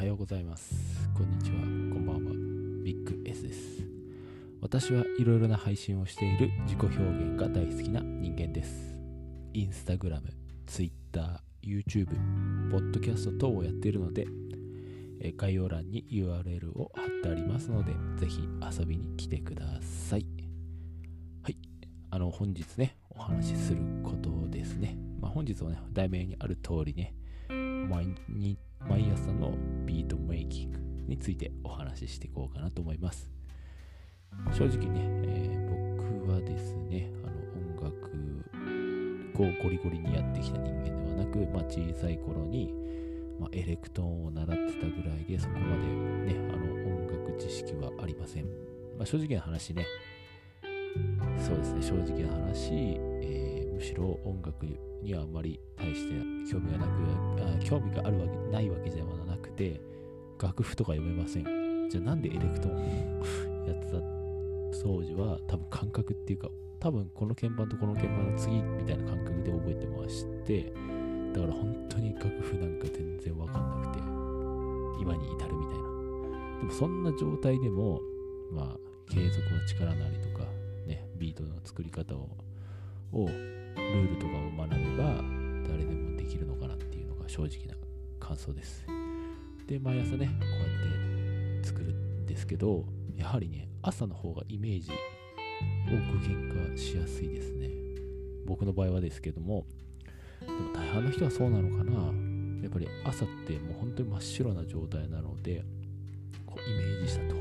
はようございます。こんにちは。こんばんは。ビッグ S です。私はいろいろな配信をしている自己表現が大好きな人間です。インスタグラム、ツイッター、YouTube、ポッドキャスト等をやっているので、概要欄に URL を貼ってありますので、ぜひ遊びに来てください。はい。本日ね、お話しすることですね。本日はね、題名にある通りね、毎朝のビートメイキングについてお話ししていこうかなと思います。正直ね、僕はですね、音楽をゴリゴリにやってきた人間ではなく、小さい頃に、エレクトーンを習ってたぐらいで、そこまでね、音楽知識はありません。正直な話ね、そうですね、正直な話、むしろ音楽にはあまり対して興味があるわけないわけではなくて、楽譜とか読めません。じゃあなんでエレクトーンやってた当時は多分感覚っていうか、多分この鍵盤とこの鍵盤の次みたいな感覚で覚えてまして、だから本当に楽譜なんか全然わかんなくて今に至るみたいな。でもそんな状態でも継続は力なりとかね、ビートの作り方をルールとかを学べば誰でもできるのかなっていうのが正直な感想です。で、毎朝ね、こうやって作るんですけど、やはりね、朝の方がイメージを具現化しやすいですね。僕の場合はですけども、でも大半の人はそうなのかな。やっぱり朝ってもう本当に真っ白な状態なので、こうイメージした通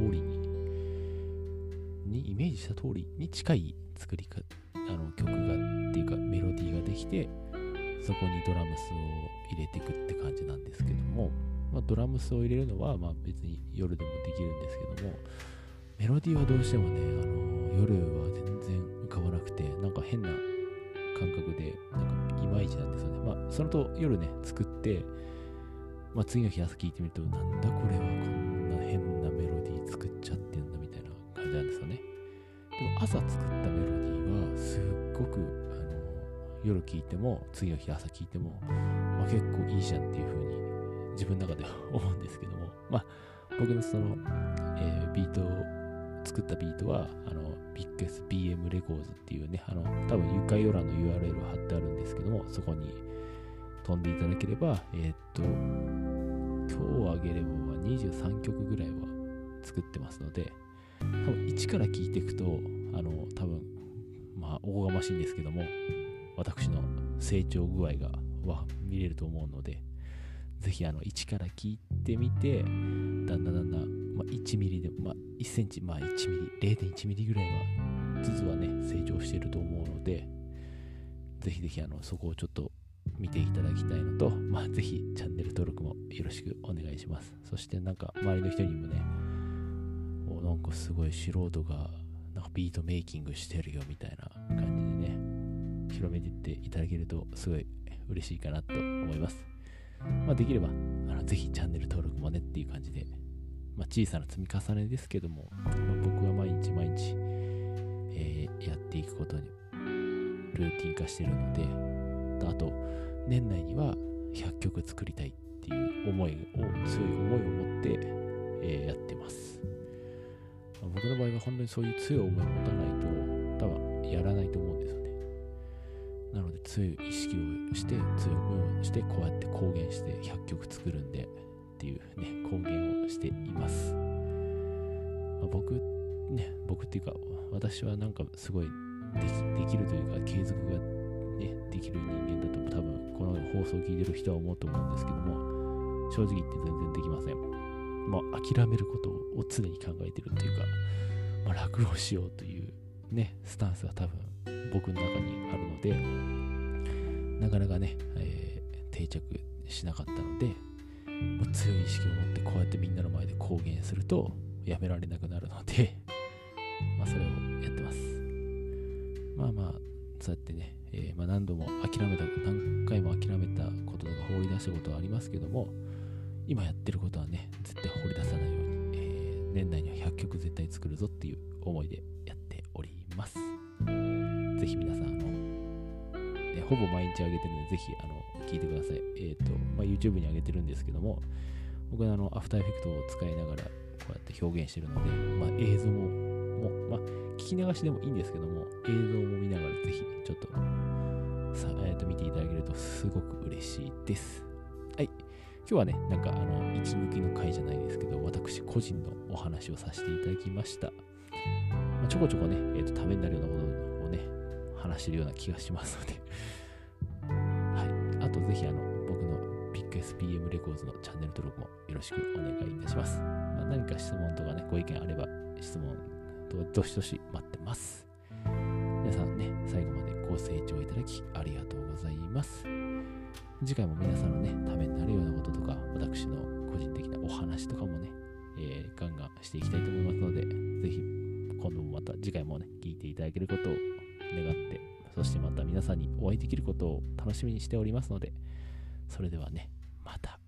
りに近い作り方、曲がっていうかメロディーができて、そこにドラムスを入れていくって感じなんですけども、ドラムスを入れるのは別に夜でもできるんですけども、メロディーはどうしてもね、夜は全然浮かばなくて、なんか変な感覚でいまいちなんですよね。そのと夜ね作って、次の日朝聞いてみると、なんだこれはこんな変なメロディー作っちゃってんだみたいな感じなんですよね。でも朝作ったメロディーはすっごく夜聴いても次の日朝聴いても、結構いいじゃんっていう風に自分の中では思うんですけども、僕のその、作ったビートはビッグ S BM レコーズっていうね、多分概要欄の URL を貼ってあるんですけども、そこに飛んでいただければ、今日あげれば23曲ぐらいは作ってますので、多分一から聴いていくと多分おこがましいんですけども、私の成長具合が見れると思うので、ぜひ一から聴いてみて、だんだん1ミリで1センチ1ミリ 0.1 ミリぐらいはずつはね成長していると思うので、ぜひそこをちょっと見ていただきたいのと、ぜひチャンネル登録もよろしくお願いします。そして周りの人にもね、なんかすごい素人がビートメイキングしてるよみたいな感じでね、広めていっていただけるとすごい嬉しいかなと思います。できればぜひチャンネル登録もねっていう感じで、小さな積み重ねですけども、僕は毎日、やっていくことにルーティン化しているので、あと年内には100曲作りたいっていう強い思いを持って、やってます。僕の場合は本当にそういう強い思いを持たないと多分やらないと思うんですよね。なので強い意識をして、強い思いをして、こうやって公言して100曲作るんでっていうね、公言をしています。僕っていうか、私はすごいできるというか、継続がねできる人間だと多分この放送を聞いてる人は思うと思うんですけども、正直言って全然できません。諦めることを常に考えてるっていうか、楽をしようというねスタンスが多分僕の中にあるので、なかなかね、定着しなかったので、強い意識を持ってこうやってみんなの前で公言するとやめられなくなるのでそれをやってます。そうやってね、何回も諦めたこととか放り出したことはありますけども、今やってることはね絶対放り出さないように、年内には100曲絶対作るぞっていう思いでやっております。ぜひ皆さんほぼ毎日上げてるので、ぜひ聞いてください。YouTube に上げてるんですけども、 僕はアフターエフェクトを使いながらこうやって表現してるので、映像も聞き流しでもいいんですけども、映像も見ながらぜひちょっと見ていただけるとすごく嬉しいです。はい。今日はね、なんか息抜きの回じゃないですけど、私個人のお話をさせていただきました。ちょこちょこね、ためになるようなことをね、話してるような気がしますので、はい。あとぜひ僕のビッグ SPM レコーズのチャンネル登録もよろしくお願いいたします。何か質問とかね、ご意見あれば質問とどしどし待ってます。皆さんね、最後までご清聴いただきありがとうございます。次回も皆さんのね、ためになるようなこととか、私の個人的なお話とかもね、ガンガンしていきたいと思いますので、ぜひ今度もまた次回もね、聞いていただけることを願って、そしてまた皆さんにお会いできることを楽しみにしておりますので、それではね、また。